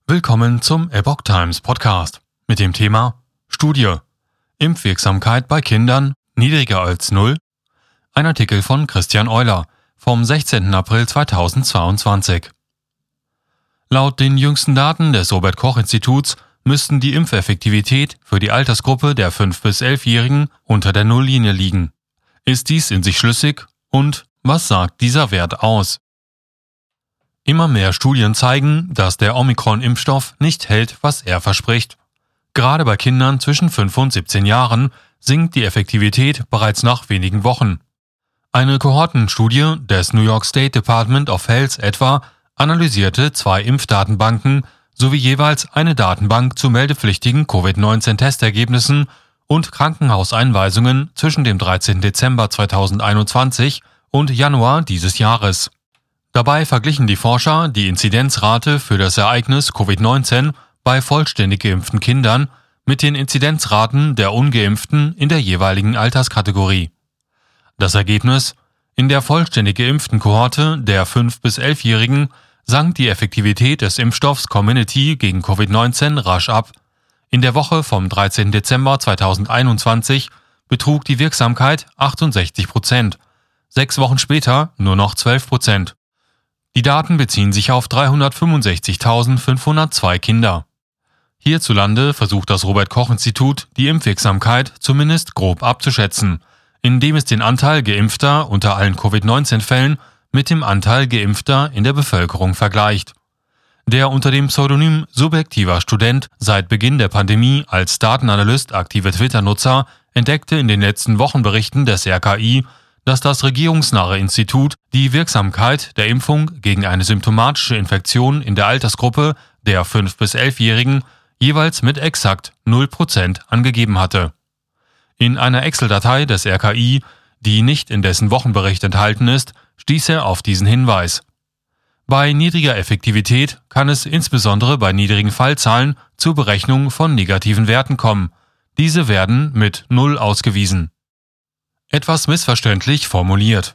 Willkommen zum Epoch Times Podcast mit dem Thema Studie: Impfwirksamkeit bei Kindern niedriger als 0? Ein Artikel von Christian Euler vom 16. April 2022. Laut den jüngsten Daten des Robert-Koch-Instituts müssten die Impfeffektivität für die Altersgruppe der 5- bis 11-Jährigen unter der Nulllinie liegen. Ist dies in sich schlüssig und was sagt dieser Wert aus? Immer mehr Studien zeigen, dass der Omikron-Impfstoff nicht hält, was er verspricht. Gerade bei Kindern zwischen 5 und 17 Jahren sinkt die Effektivität bereits nach wenigen Wochen. Eine Kohortenstudie des New York State Department of Health etwa analysierte 2 Impfdatenbanken sowie jeweils eine Datenbank zu meldepflichtigen Covid-19-Testergebnissen und Krankenhauseinweisungen zwischen dem 13. Dezember 2021 und Januar dieses Jahres. Dabei verglichen die Forscher die Inzidenzrate für das Ereignis Covid-19 bei vollständig geimpften Kindern mit den Inzidenzraten der Ungeimpften in der jeweiligen Alterskategorie. Das Ergebnis: In der vollständig geimpften Kohorte der 5- bis 11-Jährigen sank die Effektivität des Impfstoffs Comirnaty gegen Covid-19 rasch ab. In der Woche vom 13. Dezember 2021 betrug die Wirksamkeit 68%, 6 Wochen später nur noch 12%. Die Daten beziehen sich auf 365.502 Kinder. Hierzulande versucht das Robert-Koch-Institut, die Impfwirksamkeit zumindest grob abzuschätzen, indem es den Anteil Geimpfter unter allen Covid-19-Fällen mit dem Anteil Geimpfter in der Bevölkerung vergleicht. Der unter dem Pseudonym Subjektiver Student seit Beginn der Pandemie als Datenanalyst aktive Twitter-Nutzer entdeckte in den letzten Wochenberichten des RKI, dass das regierungsnahe Institut die Wirksamkeit der Impfung gegen eine symptomatische Infektion in der Altersgruppe der 5- bis 11-Jährigen jeweils mit exakt 0% angegeben hatte. In einer Excel-Datei des RKI, die nicht in dessen Wochenbericht enthalten ist, stieß er auf diesen Hinweis. Bei niedriger Effektivität kann es insbesondere bei niedrigen Fallzahlen zur Berechnung von negativen Werten kommen. Diese werden mit 0 ausgewiesen. Etwas missverständlich formuliert.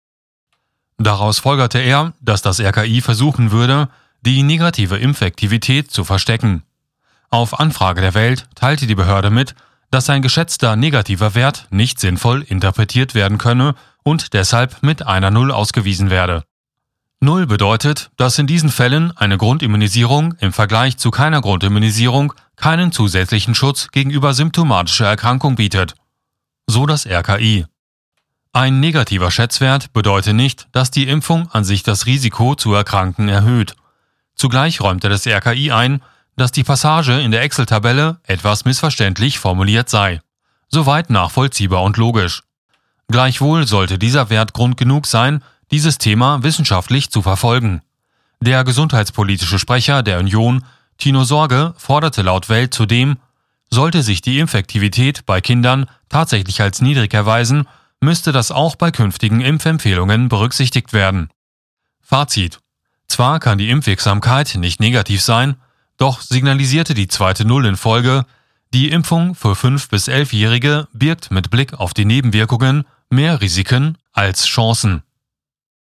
Daraus folgerte er, dass das RKI versuchen würde, die negative Impfaktivität zu verstecken. Auf Anfrage der Welt teilte die Behörde mit, dass ein geschätzter negativer Wert nicht sinnvoll interpretiert werden könne und deshalb mit einer 0 ausgewiesen werde. 0 bedeutet, dass in diesen Fällen eine Grundimmunisierung im Vergleich zu keiner Grundimmunisierung keinen zusätzlichen Schutz gegenüber symptomatischer Erkrankung bietet. So das RKI. Ein negativer Schätzwert bedeutet nicht, dass die Impfung an sich das Risiko zu erkranken erhöht. Zugleich räumte das RKI ein, dass die Passage in der Excel-Tabelle etwas missverständlich formuliert sei. Soweit nachvollziehbar und logisch. Gleichwohl sollte dieser Wert Grund genug sein, dieses Thema wissenschaftlich zu verfolgen. Der gesundheitspolitische Sprecher der Union, Tino Sorge, forderte laut Welt zudem: Sollte sich die Impfaktivität bei Kindern tatsächlich als niedrig erweisen, müsste das auch bei künftigen Impfempfehlungen berücksichtigt werden. Fazit: Zwar kann die Impfwirksamkeit nicht negativ sein, doch signalisierte die zweite Null in Folge, die Impfung für 5- bis 11-Jährige birgt mit Blick auf die Nebenwirkungen mehr Risiken als Chancen.